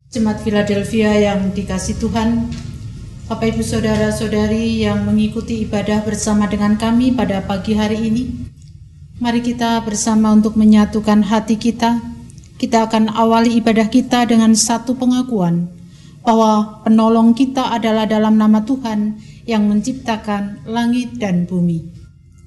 Jemaat Philadelphia yang dikasihi Tuhan, Bapak Ibu Saudara-saudari yang mengikuti ibadah bersama dengan kami pada pagi hari ini, mari kita bersama untuk menyatukan hati kita. Kita akan awali ibadah kita dengan satu pengakuan bahwa penolong kita adalah dalam nama Tuhan yang menciptakan langit dan bumi.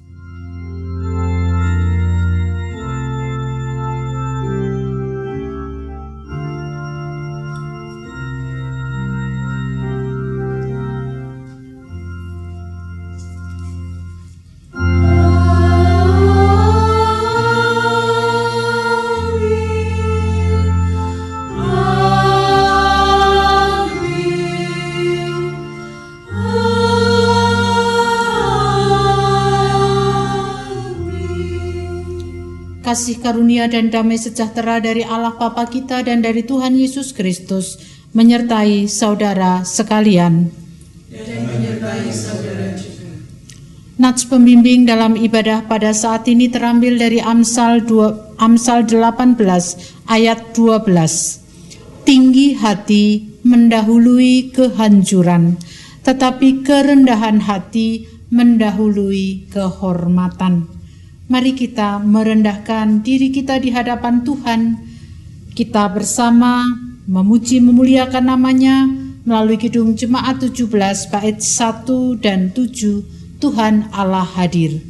Kasih karunia dan damai sejahtera dari Allah Bapa kita dan dari Tuhan Yesus Kristus menyertai saudara sekalian. Dan menyertai saudara juga. Nats pembimbing dalam ibadah pada saat ini terambil dari Amsal 18 ayat 12. Tinggi hati mendahului kehancuran, tetapi kerendahan hati mendahului kehormatan. Mari kita merendahkan diri kita di hadapan Tuhan. Kita bersama memuji memuliakan namanya melalui Kidung Jemaat 17 bait 1 dan 7. Tuhan Allah hadir.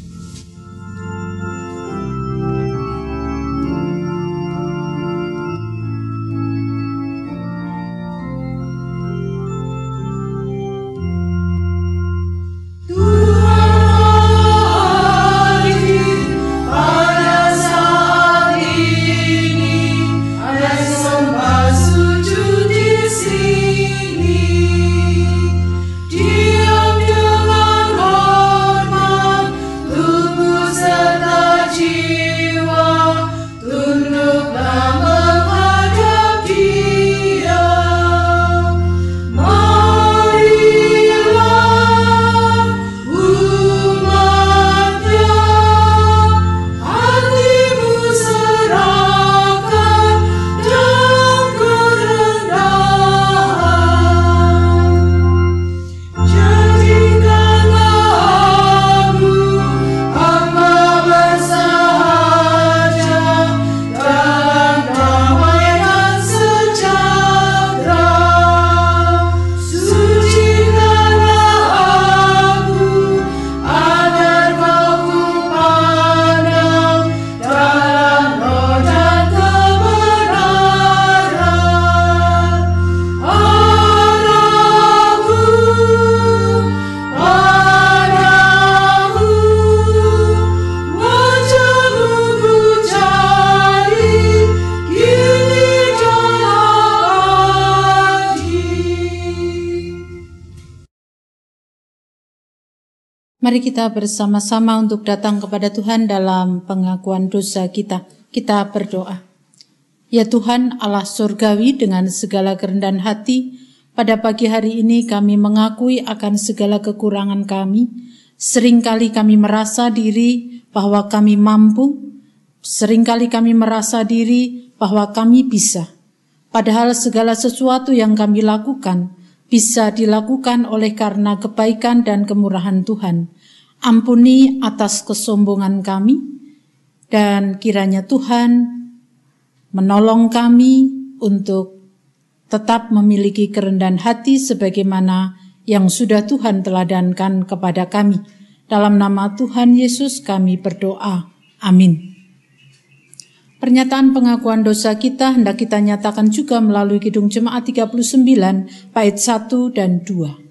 Mari kita bersama-sama untuk datang kepada Tuhan dalam pengakuan dosa kita. Kita berdoa. Ya Tuhan Allah surgawi, dengan segala kerendahan hati, pada pagi hari ini kami mengakui akan segala kekurangan kami. Seringkali kami merasa diri bahwa kami mampu, seringkali kami merasa diri bahwa kami bisa. Padahal segala sesuatu yang kami lakukan bisa dilakukan oleh karena kebaikan dan kemurahan Tuhan. Ampuni atas kesombongan kami, dan kiranya Tuhan menolong kami untuk tetap memiliki kerendahan hati sebagaimana yang sudah Tuhan teladankan kepada kami. Dalam nama Tuhan Yesus kami berdoa. Amin. Pernyataan pengakuan dosa kita hendak kita nyatakan juga melalui Kidung Jemaat 39 bait 1 dan 2.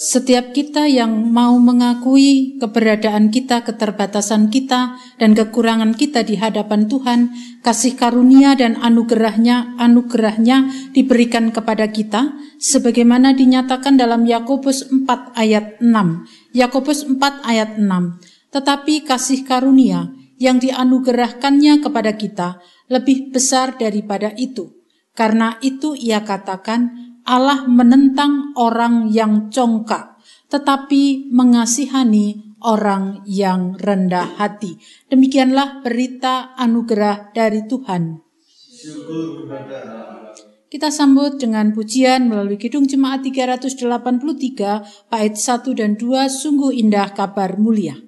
Setiap kita yang mau mengakui keberadaan kita, keterbatasan kita, dan kekurangan kita di hadapan Tuhan, kasih karunia dan anugerahnya diberikan kepada kita, sebagaimana dinyatakan dalam Yakobus 4 ayat 6. Yakobus 4 ayat 6. Tetapi kasih karunia yang dianugerahkannya kepada kita lebih besar daripada itu. Karena itu ia katakan, Allah menentang orang yang congkak, tetapi mengasihani orang yang rendah hati. Demikianlah berita anugerah dari Tuhan. Syukur kepada Allah. Kita sambut dengan pujian melalui Kidung Jemaat 383, bait 1 dan 2, sungguh indah kabar mulia.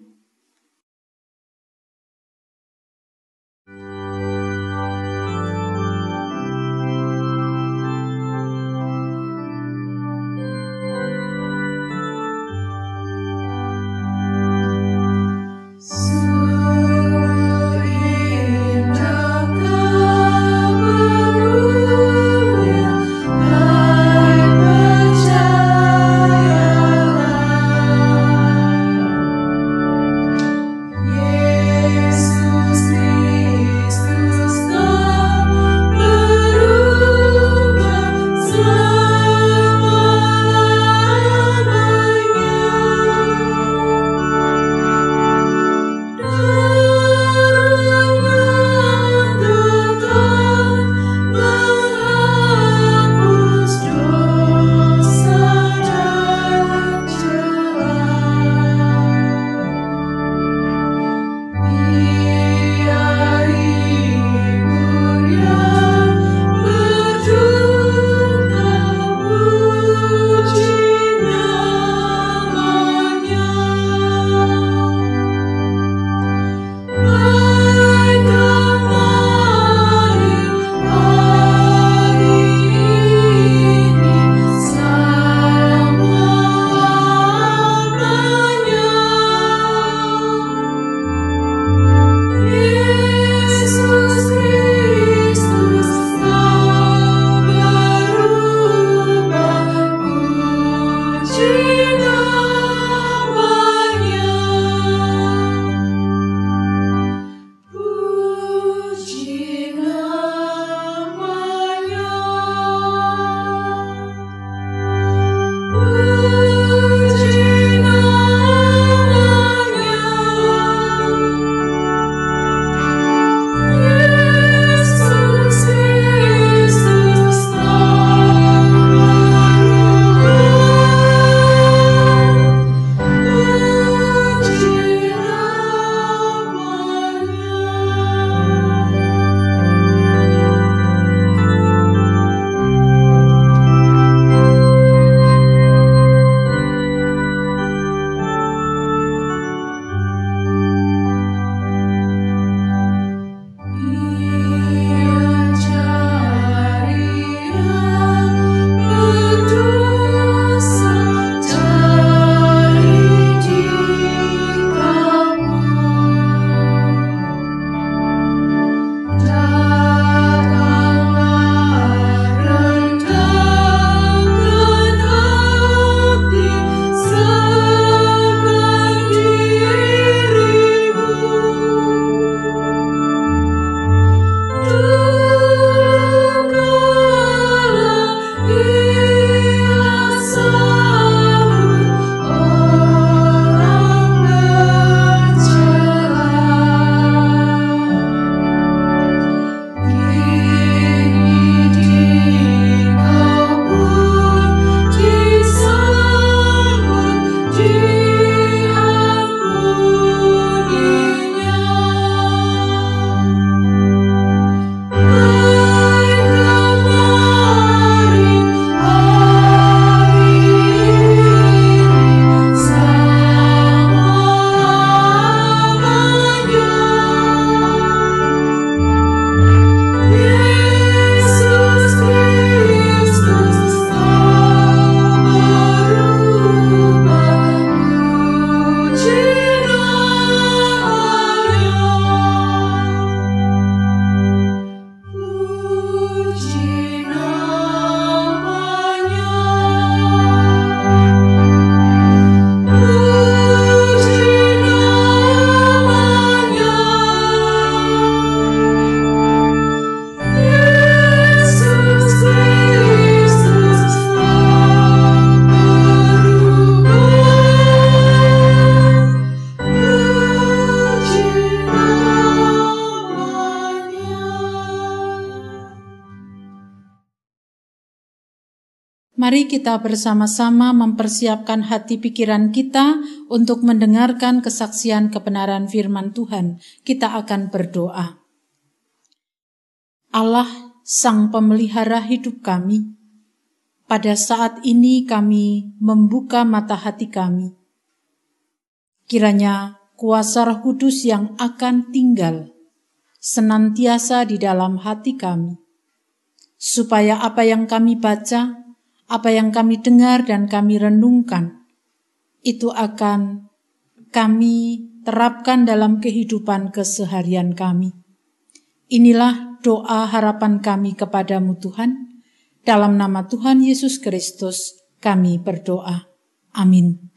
Mari kita bersama-sama mempersiapkan hati pikiran kita untuk mendengarkan kesaksian kebenaran firman Tuhan. Kita akan berdoa. Allah, Sang Pemelihara hidup kami, pada saat ini kami membuka mata hati kami. Kiranya kuasa Roh Kudus yang akan tinggal senantiasa di dalam hati kami, supaya apa yang kami baca, apa yang kami dengar dan kami renungkan, itu akan kami terapkan dalam kehidupan keseharian kami. Inilah doa harapan kami kepadamu Tuhan. Dalam nama Tuhan Yesus Kristus kami berdoa. Amin.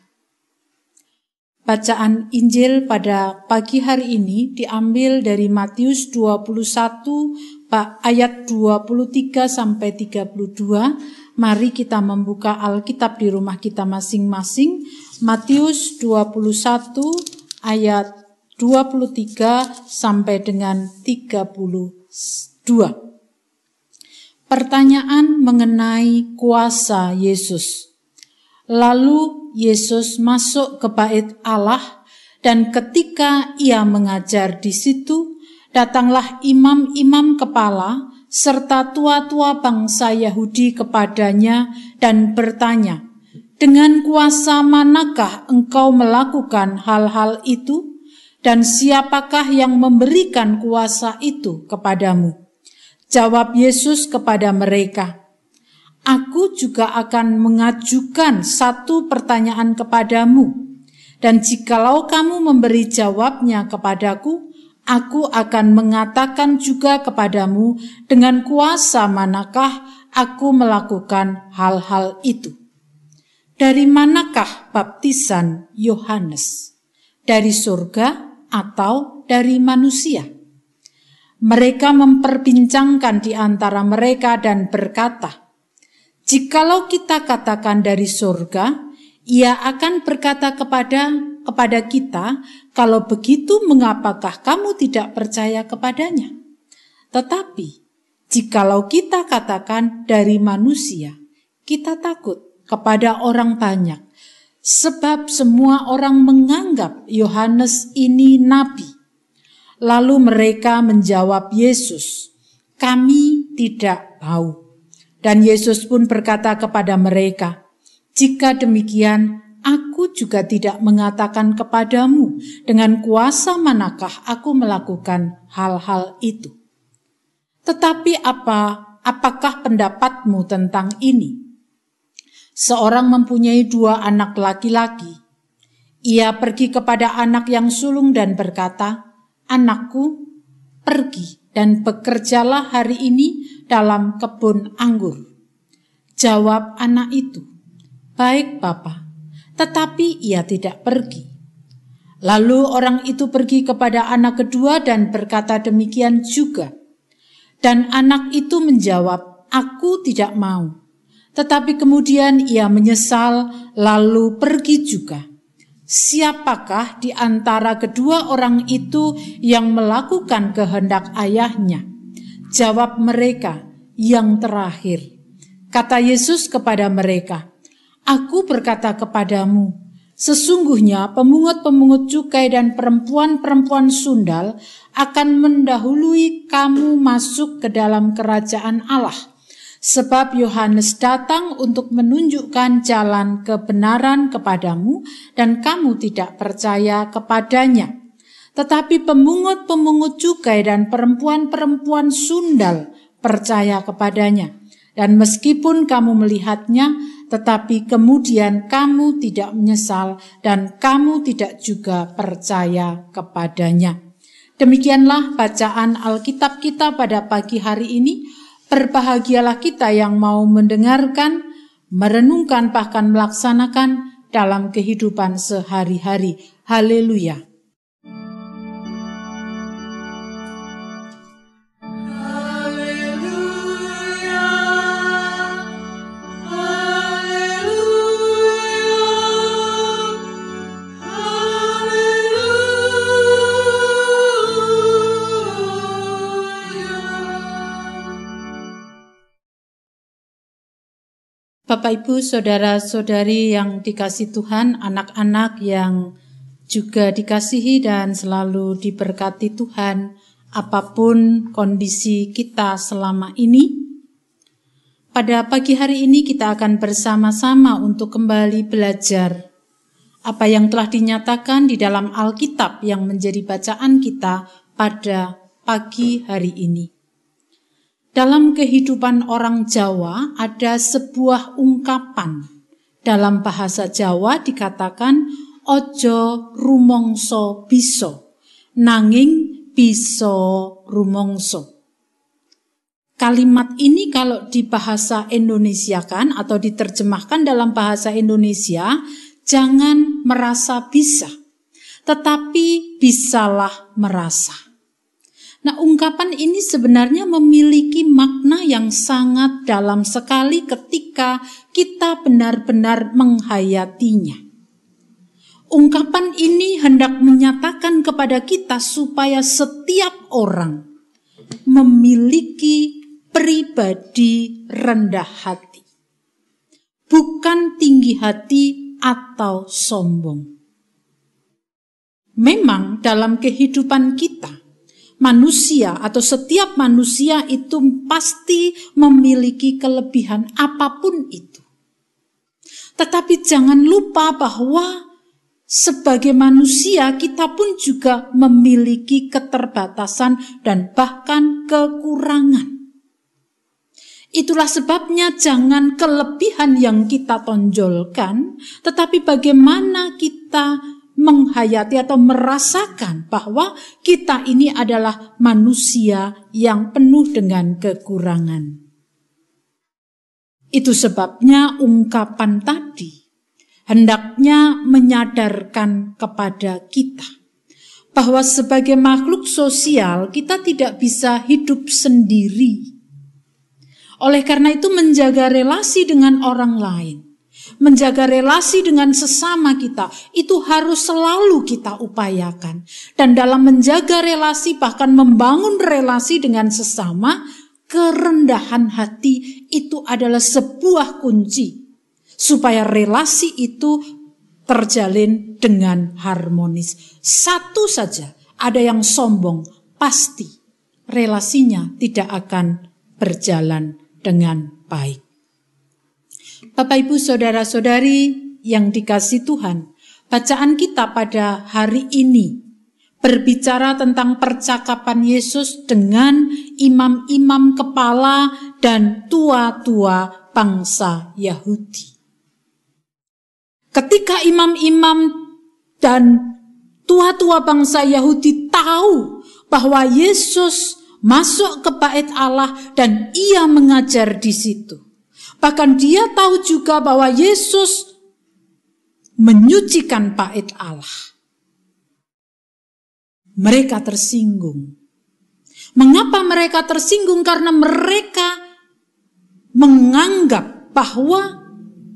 Bacaan Injil pada pagi hari ini diambil dari Matius 21 ayat 23 sampai 32. Mari kita membuka Alkitab di rumah kita masing-masing. Matius 21 ayat 23 sampai dengan 32. Pertanyaan mengenai kuasa Yesus. Lalu Yesus masuk ke bait Allah, dan ketika ia mengajar di situ, datanglah imam-imam kepala serta tua-tua bangsa Yahudi kepadanya dan bertanya, "Dengan kuasa manakah engkau melakukan hal-hal itu? Dan siapakah yang memberikan kuasa itu kepadamu?" Jawab Yesus kepada mereka, "Aku juga akan mengajukan satu pertanyaan kepadamu, dan jikalau kamu memberi jawabnya kepadaku, aku akan mengatakan juga kepadamu dengan kuasa manakah aku melakukan hal-hal itu. Dari manakah baptisan Yohanes? Dari surga atau dari manusia?" Mereka memperbincangkan di antara mereka dan berkata, "Jikalau kita katakan dari surga, ia akan berkata kepada kita, 'Kalau begitu mengapakah kamu tidak percaya kepadanya?' Tetapi jikalau kita katakan dari manusia, kita takut kepada orang banyak, sebab semua orang menganggap Yohanes ini nabi." Lalu mereka menjawab Yesus, "Kami tidak tahu." Dan Yesus pun berkata kepada mereka, "Jika demikian, aku juga tidak mengatakan kepadamu dengan kuasa manakah aku melakukan hal-hal itu. Tetapi apakah pendapatmu tentang ini? Seorang mempunyai 2 anak laki-laki. Ia pergi kepada anak yang sulung dan berkata, 'Anakku, pergi dan bekerjalah hari ini dalam kebun anggur.' Jawab anak itu, 'Baik, Bapa,' tetapi ia tidak pergi. Lalu orang itu pergi kepada anak kedua dan berkata demikian juga. Dan anak itu menjawab, 'Aku tidak mau.' Tetapi kemudian ia menyesal lalu pergi juga. Siapakah di antara kedua orang itu yang melakukan kehendak ayahnya?" Jawab mereka, "Yang terakhir." Kata Yesus kepada mereka, "Aku berkata kepadamu, sesungguhnya pemungut-pemungut cukai dan perempuan-perempuan sundal akan mendahului kamu masuk ke dalam kerajaan Allah. Sebab Yohanes datang untuk menunjukkan jalan kebenaran kepadamu, dan kamu tidak percaya kepadanya. Tetapi pemungut-pemungut cukai dan perempuan-perempuan sundal percaya kepadanya. Dan meskipun kamu melihatnya, tetapi kemudian kamu tidak menyesal dan kamu tidak juga percaya kepadanya." Demikianlah bacaan Alkitab kita pada pagi hari ini. Berbahagialah kita yang mau mendengarkan, merenungkan, bahkan melaksanakan dalam kehidupan sehari-hari. Haleluya. Bapak, Ibu, saudara-saudari yang dikasihi Tuhan, anak-anak yang juga dikasihi dan selalu diberkati Tuhan, apapun kondisi kita selama ini. Pada pagi hari ini kita akan bersama-sama untuk kembali belajar apa yang telah dinyatakan di dalam Alkitab yang menjadi bacaan kita pada pagi hari ini. Dalam kehidupan orang Jawa ada sebuah ungkapan. Dalam bahasa Jawa dikatakan ojo rumongso biso, nanging biso rumongso. Kalimat ini kalau dibahasa Indonesiakan atau diterjemahkan dalam bahasa Indonesia, jangan merasa bisa, tetapi bisalah merasa. Nah, ungkapan ini sebenarnya memiliki makna yang sangat dalam sekali ketika kita benar-benar menghayatinya. Ungkapan ini hendak menyatakan kepada kita supaya setiap orang memiliki pribadi rendah hati, bukan tinggi hati atau sombong. Memang dalam kehidupan kita, manusia atau setiap manusia itu pasti memiliki kelebihan apapun itu. Tetapi jangan lupa bahwa sebagai manusia kita pun juga memiliki keterbatasan dan bahkan kekurangan. Itulah sebabnya jangan kelebihan yang kita tonjolkan, tetapi bagaimana kita menghayati atau merasakan bahwa kita ini adalah manusia yang penuh dengan kekurangan. Itu sebabnya ungkapan tadi hendaknya menyadarkan kepada kita bahwa sebagai makhluk sosial kita tidak bisa hidup sendiri. Oleh karena itu menjaga relasi dengan orang lain, menjaga relasi dengan sesama kita, itu harus selalu kita upayakan. Dan dalam menjaga relasi, bahkan membangun relasi dengan sesama, kerendahan hati itu adalah sebuah kunci supaya relasi itu terjalin dengan harmonis. Satu saja, ada yang sombong, pasti relasinya tidak akan berjalan dengan baik. Bapak, Ibu, saudara-saudari yang dikasihi Tuhan, bacaan kita pada hari ini berbicara tentang percakapan Yesus dengan imam-imam kepala dan tua-tua bangsa Yahudi. Ketika imam-imam dan tua-tua bangsa Yahudi tahu bahwa Yesus masuk ke bait Allah dan ia mengajar di situ. Bahkan dia tahu juga bahwa Yesus menyucikan bait Allah. Mereka tersinggung. Mengapa mereka tersinggung? Karena mereka menganggap bahwa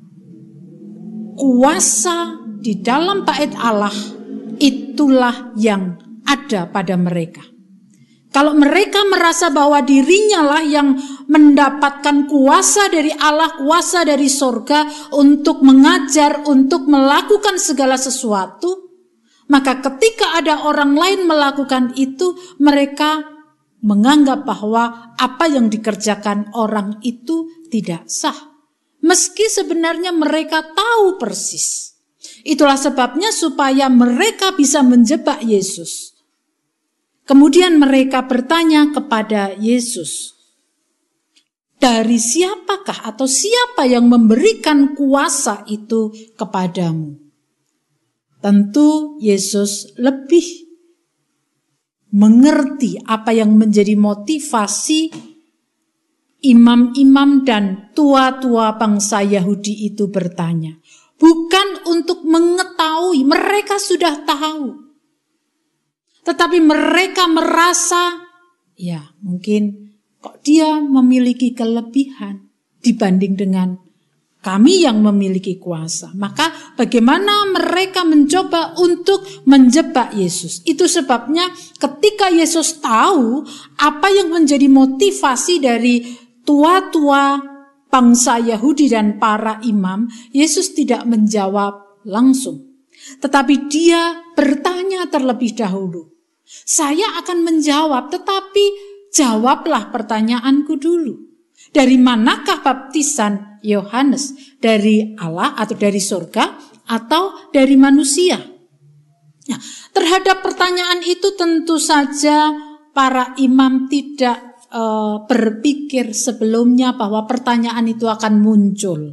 kuasa di dalam bait Allah itulah yang ada pada mereka. Kalau mereka merasa bahwa dirinya lah yang mendapatkan kuasa dari Allah, kuasa dari sorga untuk mengajar, untuk melakukan segala sesuatu, maka ketika ada orang lain melakukan itu, mereka menganggap bahwa apa yang dikerjakan orang itu tidak sah. Meski sebenarnya mereka tahu persis. Itulah sebabnya supaya mereka bisa menjebak Yesus. Kemudian mereka bertanya kepada Yesus, dari siapakah atau siapa yang memberikan kuasa itu kepadamu? Tentu Yesus lebih mengerti apa yang menjadi motivasi imam-imam dan tua-tua bangsa Yahudi itu bertanya. Bukan untuk mengetahui, mereka sudah tahu. Tetapi mereka merasa, ya mungkin kok dia memiliki kelebihan dibanding dengan kami yang memiliki kuasa. Maka bagaimana mereka mencoba untuk menjebak Yesus. Itu sebabnya ketika Yesus tahu apa yang menjadi motivasi dari tua-tua bangsa Yahudi dan para imam, Yesus tidak menjawab langsung. Tetapi dia bertanya terlebih dahulu. Saya akan menjawab, tetapi jawablah pertanyaanku dulu. Dari manakah baptisan Yohanes? Dari Allah atau dari surga atau dari manusia? Nah, terhadap pertanyaan itu tentu saja para imam tidak berpikir sebelumnya bahwa pertanyaan itu akan muncul.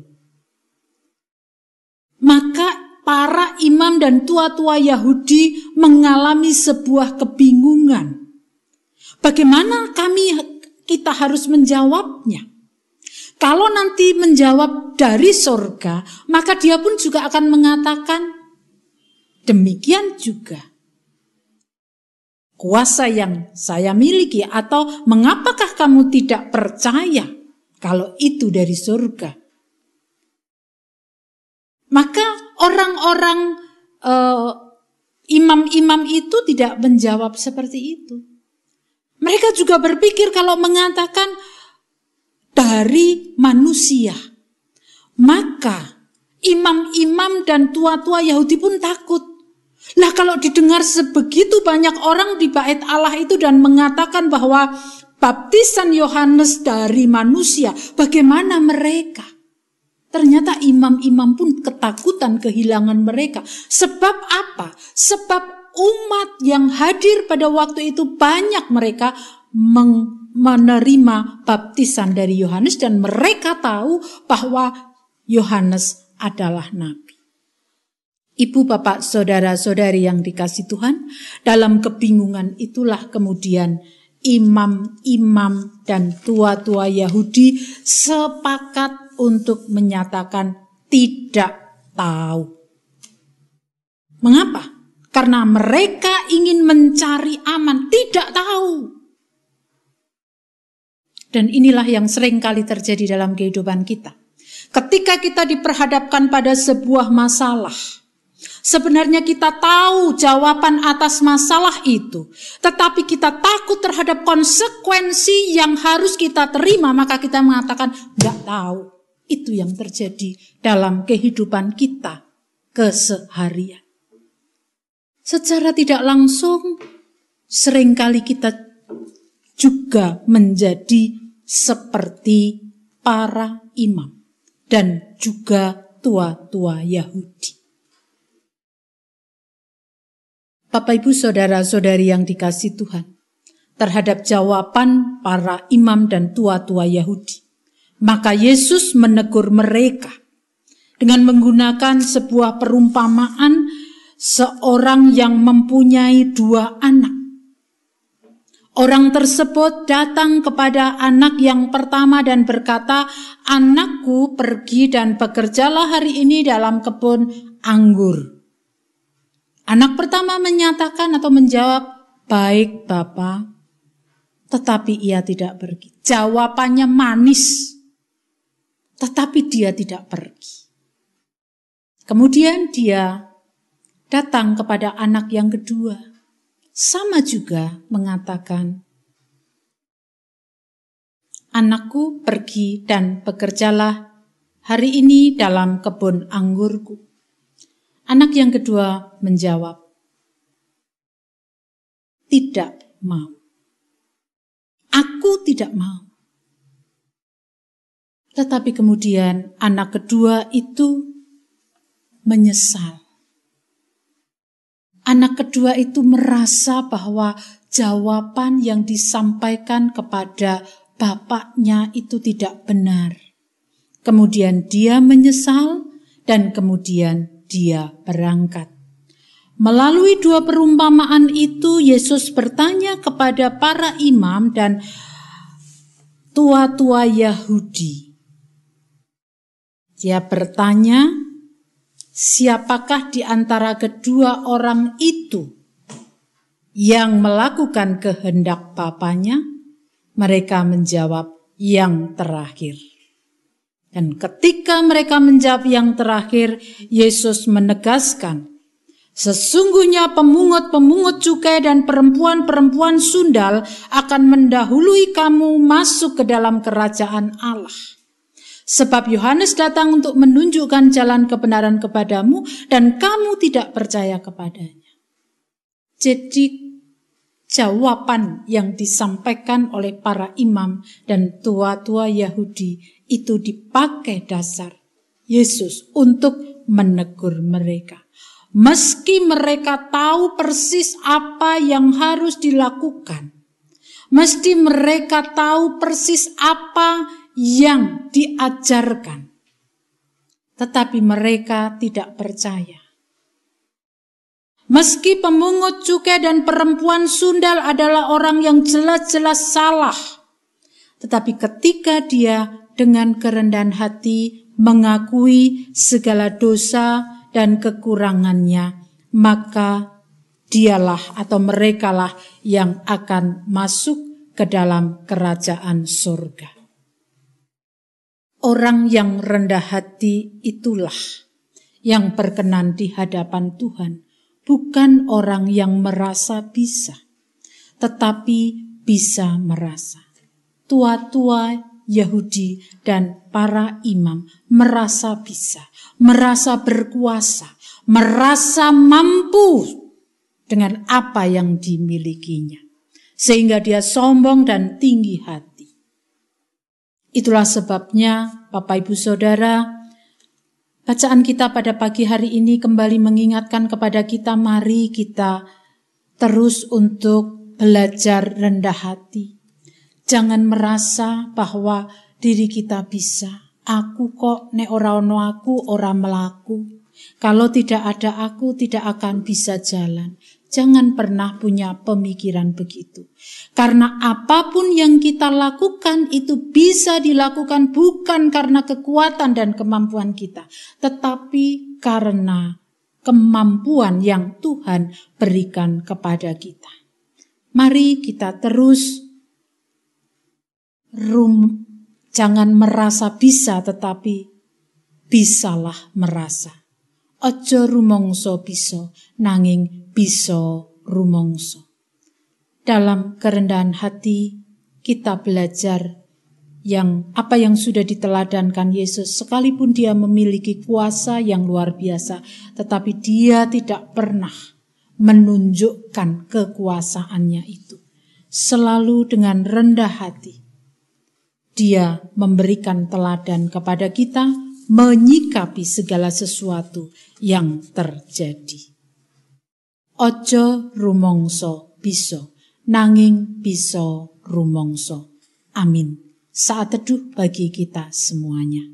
Maka para imam dan tua-tua Yahudi mengalami sebuah kebingungan. Bagaimana kita harus menjawabnya? Kalau nanti menjawab dari surga, maka dia pun juga akan mengatakan demikian juga kuasa yang saya miliki, atau mengapakah kamu tidak percaya kalau itu dari surga? Maka orang-orang imam-imam itu tidak menjawab seperti itu. Mereka juga berpikir kalau mengatakan dari manusia, maka imam-imam dan tua-tua Yahudi pun takut. Lah kalau didengar sebegitu banyak orang di bait Allah itu dan mengatakan bahwa baptisan Yohanes dari manusia, bagaimana mereka? Ternyata imam-imam pun ketakutan kehilangan mereka. Sebab apa? Sebab umat yang hadir pada waktu itu banyak mereka menerima baptisan dari Yohanes dan mereka tahu bahwa Yohanes adalah nabi. Ibu, bapak, saudara-saudari yang dikasihi Tuhan, dalam kebingungan itulah kemudian imam-imam dan tua-tua Yahudi sepakat untuk menyatakan tidak tahu. Mengapa? Karena mereka ingin mencari aman, tidak tahu. Dan inilah yang sering kali terjadi dalam kehidupan kita. Ketika kita diperhadapkan pada sebuah masalah, sebenarnya kita tahu jawaban atas masalah itu, tetapi kita takut terhadap konsekuensi yang harus kita terima, maka kita mengatakan enggak tahu. Itu yang terjadi dalam kehidupan kita keseharian. Secara tidak langsung, seringkali kita juga menjadi seperti para imam dan juga tua-tua Yahudi. Bapak, Ibu, saudara-saudari yang dikasihi Tuhan, terhadap jawaban para imam dan tua-tua Yahudi, maka Yesus menegur mereka dengan menggunakan sebuah perumpamaan seorang yang mempunyai 2 anak. Orang tersebut datang kepada anak yang pertama dan berkata, "Anakku, pergi dan bekerjalah hari ini dalam kebun anggur." Anak pertama menyatakan atau menjawab, "Baik, Bapa," tetapi ia tidak pergi. Jawabannya manis, tetapi dia tidak pergi. Kemudian dia datang kepada anak yang kedua, sama juga mengatakan, "Anakku, pergi dan bekerjalah hari ini dalam kebun anggurku." Anak yang kedua menjawab, "Tidak mau. Aku tidak mau." Tetapi kemudian anak kedua itu menyesal. Anak kedua itu merasa bahwa jawaban yang disampaikan kepada bapaknya itu tidak benar. Kemudian dia menyesal dan kemudian dia berangkat. Melalui 2 perumpamaan itu, Yesus bertanya kepada para imam dan tua-tua Yahudi. Dia bertanya, siapakah di antara kedua orang itu yang melakukan kehendak Bapanya? Mereka menjawab, yang terakhir. Dan ketika mereka menjawab yang terakhir, Yesus menegaskan, sesungguhnya pemungut-pemungut cukai dan perempuan-perempuan sundal akan mendahului kamu masuk ke dalam kerajaan Allah. Sebab Yohanes datang untuk menunjukkan jalan kebenaran kepadamu dan kamu tidak percaya kepadanya. Jadi jawaban yang disampaikan oleh para imam dan tua-tua Yahudi itu dipakai dasar Yesus untuk menegur mereka. Meski mereka tahu persis apa yang harus dilakukan, meski mereka tahu persis apa yang diajarkan, tetapi mereka tidak percaya. Meski pemungut cukai dan perempuan sundal adalah orang yang jelas-jelas salah, tetapi ketika dia dengan kerendahan hati mengakui segala dosa dan kekurangannya, maka dialah atau merekalah yang akan masuk ke dalam kerajaan surga. Orang yang rendah hati itulah yang berkenan di hadapan Tuhan, bukan orang yang merasa bisa, tetapi bisa merasa. Tua-tua Yahudi dan para imam merasa bisa, merasa berkuasa, merasa mampu dengan apa yang dimilikinya, sehingga dia sombong dan tinggi hati. Itulah sebabnya, Bapak Ibu Saudara, bacaan kita pada pagi hari ini kembali mengingatkan kepada kita, mari kita terus untuk belajar rendah hati. Jangan merasa bahwa diri kita bisa. Aku kok nek ora ono aku ora melaku. Kalau tidak ada aku tidak akan bisa jalan. Jangan pernah punya pemikiran begitu. Karena apapun yang kita lakukan itu bisa dilakukan bukan karena kekuatan dan kemampuan kita, tetapi karena kemampuan yang Tuhan berikan kepada kita. Mari kita terus jangan merasa bisa, tetapi bisalah merasa. Ojo rumongso bisa, nanging bisa rumongso. Dalam kerendahan hati kita belajar apa yang sudah diteladankan Yesus, sekalipun dia memiliki kuasa yang luar biasa, tetapi dia tidak pernah menunjukkan kekuasaannya itu. Selalu dengan rendah hati dia memberikan teladan kepada kita, menyikapi segala sesuatu yang terjadi. Ojo rumongso bisa, nanging bisa rumongso. Amin. Saat teduh bagi kita semuanya.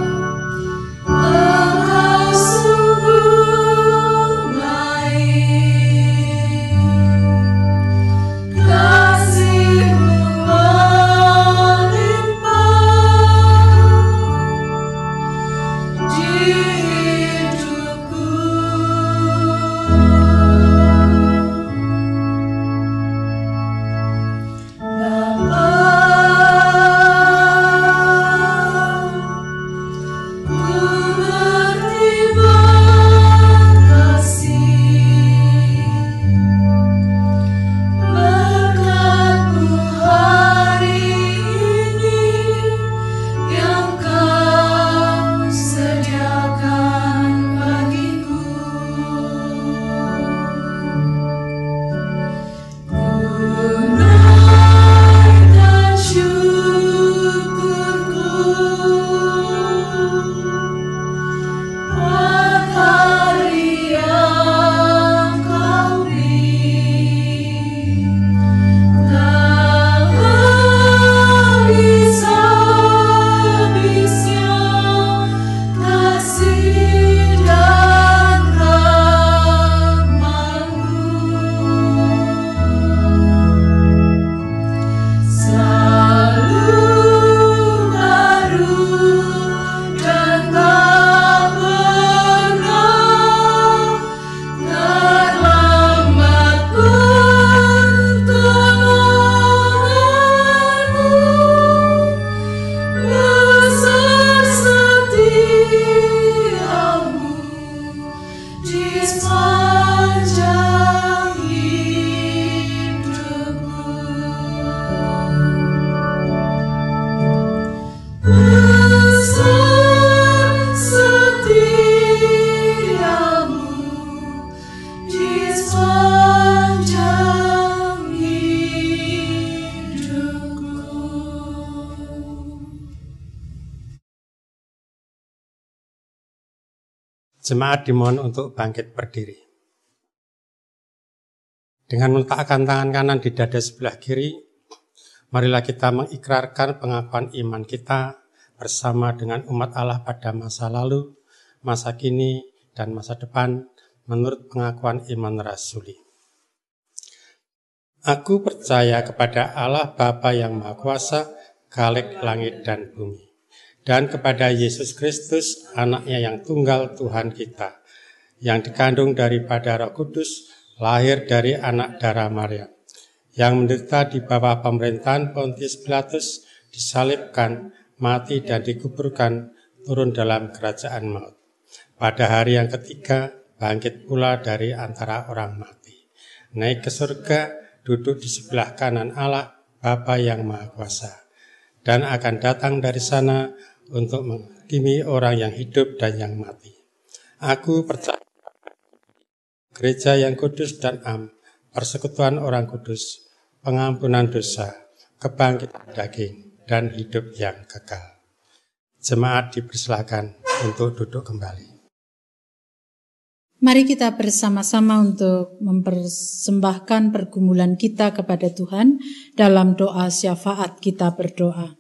Engkau sungguh baik. Jemaat dimohon untuk bangkit berdiri. Dengan meletakkan tangan kanan di dada sebelah kiri, marilah kita mengikrarkan pengakuan iman kita bersama dengan umat Allah pada masa lalu, masa kini, dan masa depan menurut pengakuan iman rasuli. Aku percaya kepada Allah Bapa yang Maha Kuasa, Khalik langit dan bumi, dan kepada Yesus Kristus, anaknya yang tunggal Tuhan kita, yang dikandung daripada Roh Kudus, lahir dari anak darah Maria, yang menderita di bawah pemerintahan Pontius Pilatus, disalibkan, mati dan dikuburkan, turun dalam kerajaan maut. Pada hari yang ketiga, bangkit pula dari antara orang mati, naik ke surga, duduk di sebelah kanan Allah, Bapa yang Maha Kuasa, dan akan datang dari sana untuk menghakimi orang yang hidup dan yang mati. Aku percaya gereja yang kudus dan am, persekutuan orang kudus, pengampunan dosa, kebangkitan daging, dan hidup yang kekal. Jemaat dipersilakan untuk duduk kembali. Mari kita bersama-sama untuk mempersembahkan pergumulan kita kepada Tuhan dalam doa syafaat. Kita berdoa.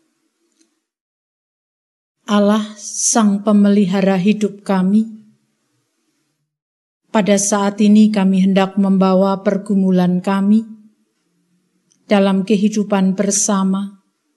Allah, Sang Pemelihara hidup kami, pada saat ini kami hendak membawa pergumulan kami dalam kehidupan bersama.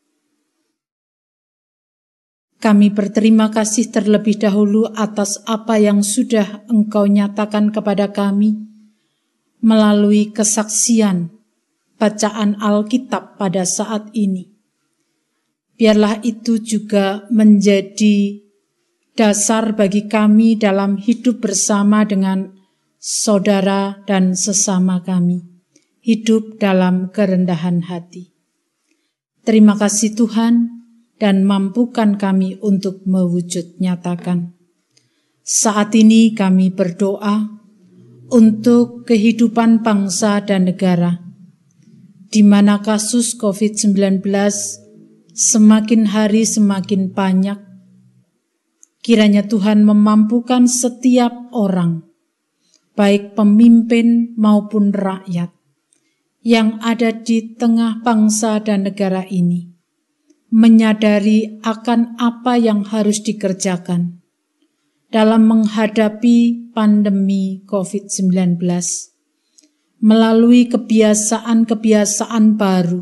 Kami berterima kasih terlebih dahulu atas apa yang sudah Engkau nyatakan kepada kami melalui kesaksian bacaan Alkitab pada saat ini. Biarlah itu juga menjadi dasar bagi kami dalam hidup bersama dengan saudara dan sesama kami, hidup dalam kerendahan hati. Terima kasih Tuhan, dan mampukan kami untuk mewujud nyatakan. Saat ini kami berdoa untuk kehidupan bangsa dan negara, di mana kasus COVID-19 semakin hari semakin banyak. Kiranya Tuhan memampukan setiap orang, baik pemimpin maupun rakyat, yang ada di tengah bangsa dan negara ini, menyadari akan apa yang harus dikerjakan dalam menghadapi pandemi COVID-19, melalui kebiasaan-kebiasaan baru,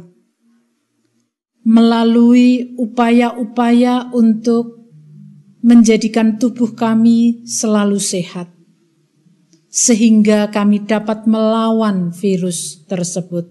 melalui upaya-upaya untuk menjadikan tubuh kami selalu sehat, sehingga kami dapat melawan virus tersebut.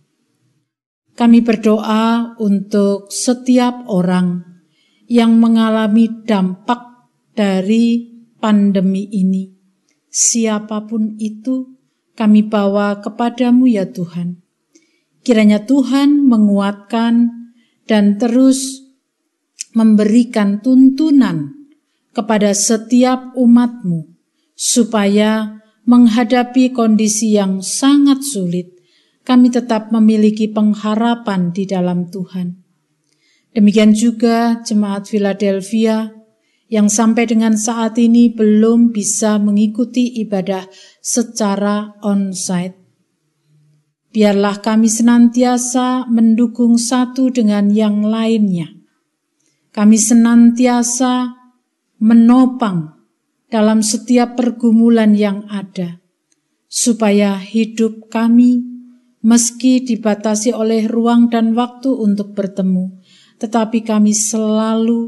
Kami berdoa untuk setiap orang yang mengalami dampak dari pandemi ini. Siapapun itu, kami bawa kepadamu ya Tuhan. Kiranya Tuhan menguatkan dan terus memberikan tuntunan kepada setiap umat-Mu, supaya menghadapi kondisi yang sangat sulit, kami tetap memiliki pengharapan di dalam Tuhan. Demikian juga jemaat Philadelphia yang sampai dengan saat ini belum bisa mengikuti ibadah secara onsite. Biarlah kami senantiasa mendukung satu dengan yang lainnya. Kami senantiasa menopang dalam setiap pergumulan yang ada, supaya hidup kami, meski dibatasi oleh ruang dan waktu untuk bertemu, tetapi kami selalu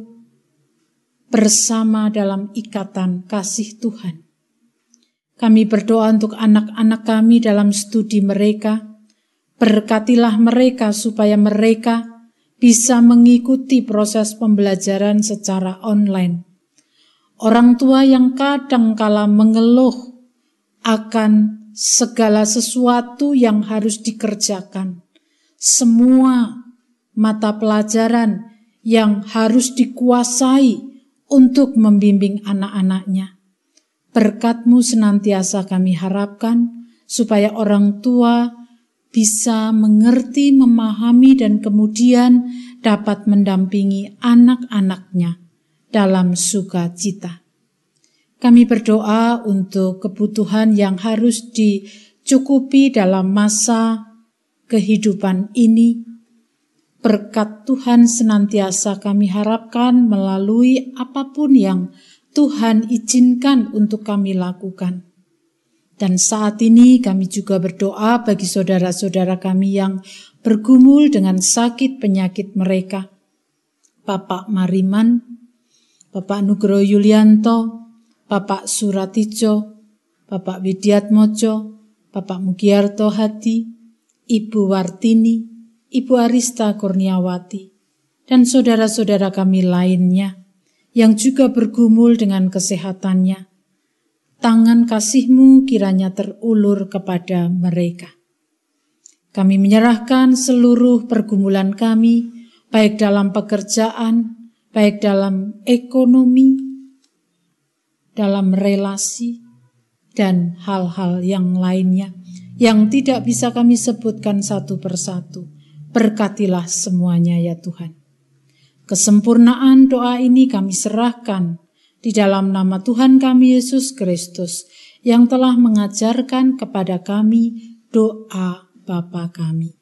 bersama dalam ikatan kasih Tuhan. Kami berdoa untuk anak-anak kami dalam studi mereka. Berkatilah mereka supaya mereka bisa mengikuti proses pembelajaran secara online. Orang tua yang kadangkala mengeluh akan segala sesuatu yang harus dikerjakan, semua mata pelajaran yang harus dikuasai untuk membimbing anak-anaknya. Berkat-Mu senantiasa kami harapkan supaya orang tua bisa mengerti, memahami, dan kemudian dapat mendampingi anak-anaknya dalam sukacita. Kami berdoa untuk kebutuhan yang harus dicukupi dalam masa kehidupan ini. Berkat Tuhan senantiasa kami harapkan melalui apapun yang Tuhan izinkan untuk kami lakukan. Dan saat ini kami juga berdoa bagi saudara-saudara kami yang bergumul dengan sakit penyakit mereka. Bapak Mariman, Bapak Nugroho Yulianto, Bapak Suratijo, Bapak Widiatmojo, Bapak Mugiarto Hadi, Ibu Wartini, Ibu Arista Kurniawati, dan saudara-saudara kami lainnya yang juga bergumul dengan kesehatannya. Tangan kasih-Mu kiranya terulur kepada mereka. Kami menyerahkan seluruh pergumulan kami, baik dalam pekerjaan, baik dalam ekonomi, dalam relasi, dan hal-hal yang lainnya yang tidak bisa kami sebutkan satu persatu. Berkatilah semuanya ya Tuhan. Kesempurnaan doa ini kami serahkan di dalam nama Tuhan kami Yesus Kristus yang telah mengajarkan kepada kami doa Bapa kami.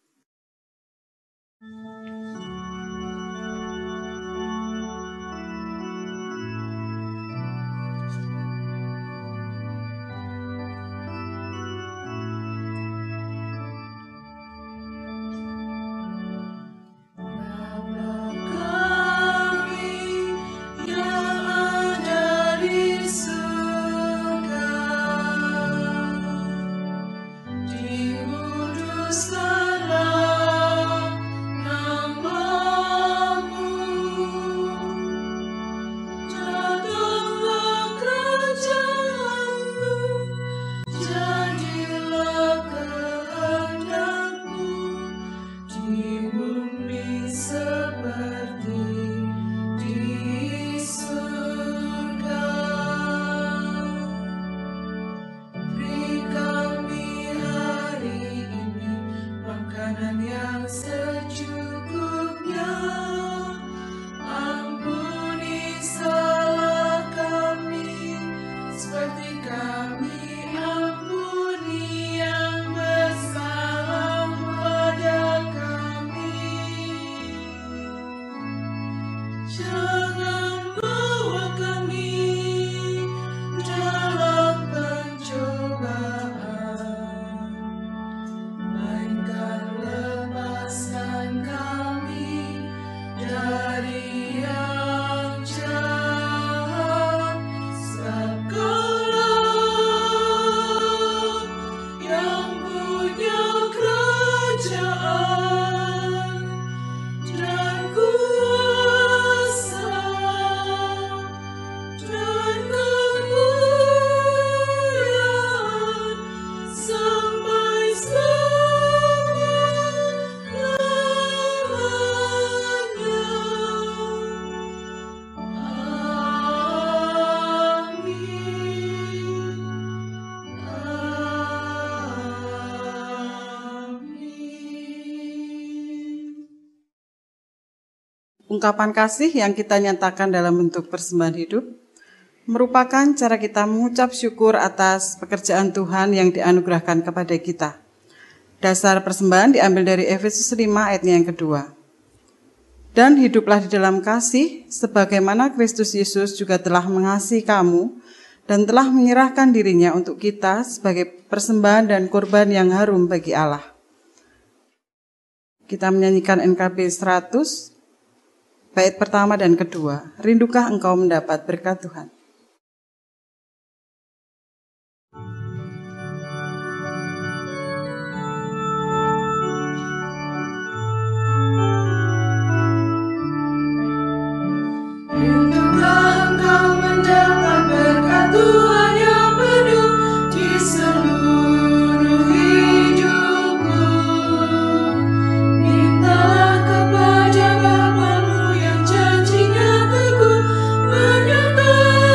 Ungkapan kasih yang kita nyatakan dalam bentuk persembahan hidup merupakan cara kita mengucap syukur atas pekerjaan Tuhan yang dianugerahkan kepada kita. Dasar persembahan diambil dari Efesus 5 ayatnya yang kedua. Dan hiduplah di dalam kasih, sebagaimana Kristus Yesus juga telah mengasihi kamu dan telah menyerahkan dirinya untuk kita sebagai persembahan dan korban yang harum bagi Allah. Kita menyanyikan NKB 100, bait pertama dan kedua. Rindukah engkau mendapat berkat Tuhan? Rindukah engkau mendapat berkat Tuhan yang penuh di seluruh hidupmu. Mintalah kepada Bapa-Mu yang janjinya teguh, menyertai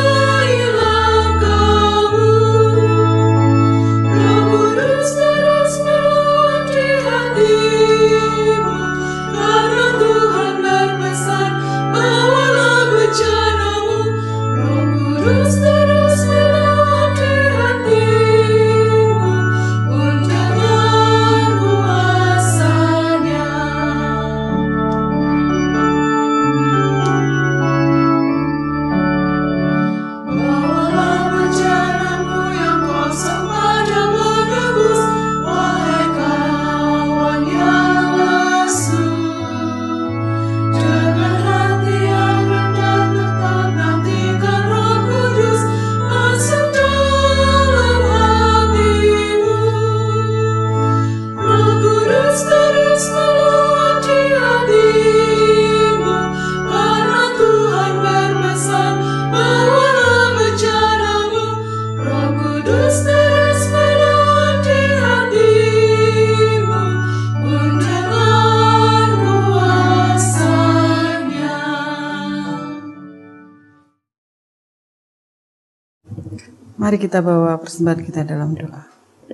Mari kita bawa persembahan kita dalam doa.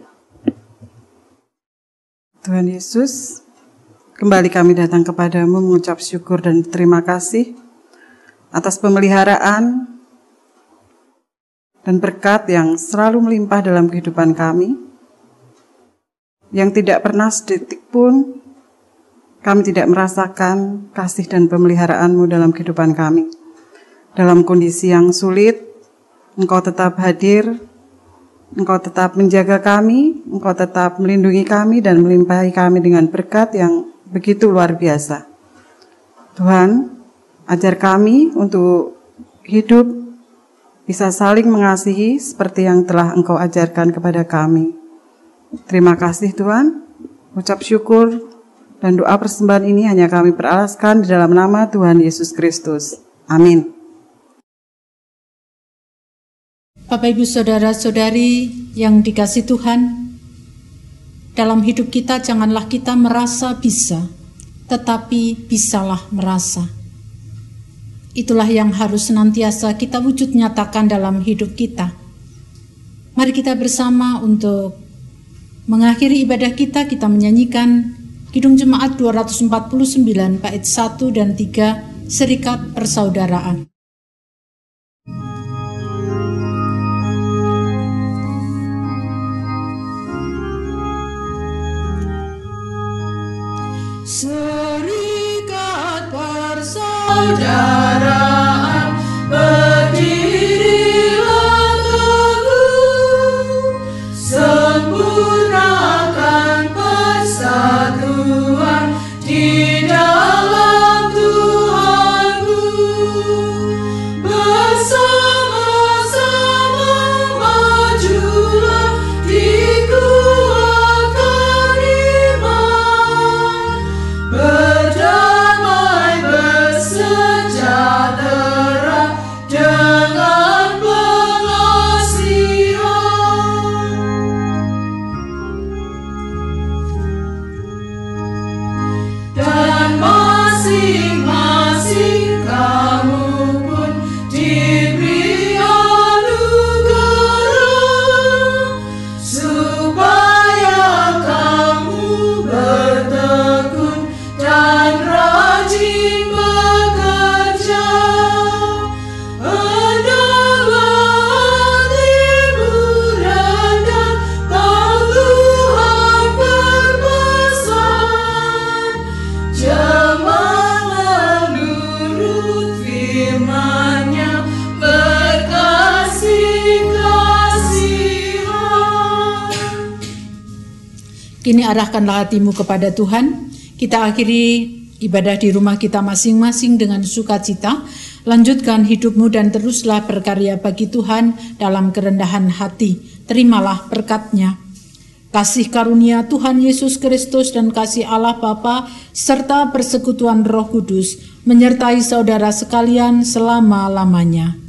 Tuhan Yesus, kembali kami datang kepadamu mengucap syukur dan terima kasih atas pemeliharaan dan berkat yang selalu melimpah dalam kehidupan kami, yang tidak pernah sedetik pun kami tidak merasakan kasih dan pemeliharaan-Mu dalam kehidupan kami. Dalam kondisi yang sulit, Engkau tetap hadir, Engkau tetap menjaga kami, Engkau tetap melindungi kami dan melimpahi kami dengan berkat yang begitu luar biasa. Tuhan, ajar kami untuk hidup bisa saling mengasihi seperti yang telah Engkau ajarkan kepada kami. Terima kasih Tuhan, ucap syukur dan doa persembahan ini hanya kami beralaskan di dalam nama Tuhan Yesus Kristus. Amin. Bapak Ibu Saudara-saudari yang dikasihi Tuhan, dalam hidup kita janganlah kita merasa bisa, tetapi bisalah merasa. Itulah yang harus senantiasa kita wujud nyatakan dalam hidup kita. Mari kita bersama untuk mengakhiri ibadah kita menyanyikan Kidung Jemaat 249 bait 1 dan 3, Serikat Persaudaraan. Serikat persaudaraan berdirilah teguh, sempurnakan persatuan di dalam Tuhanmu, bersama-sama majulah dikuatkan iman, berdamai bersejahtera dengan pengasihan. Dan masing-masing kamu pun diberi anugerah, supaya kamu bertekun dan rajin bekerja. Hendaklah hatimu rendah, tahu Tuhan berpesan, jemaatlah nurut firman-Nya, berkasih-kasihan. Kini arahkanlah hatimu kepada Tuhan. Kita akhiri ibadah di rumah kita masing-masing dengan sukacita. Lanjutkan hidupmu dan teruslah berkarya bagi Tuhan dalam kerendahan hati. Terimalah berkat-Nya. Kasih karunia Tuhan Yesus Kristus dan kasih Allah Bapa serta persekutuan Roh Kudus menyertai saudara sekalian selama-lamanya.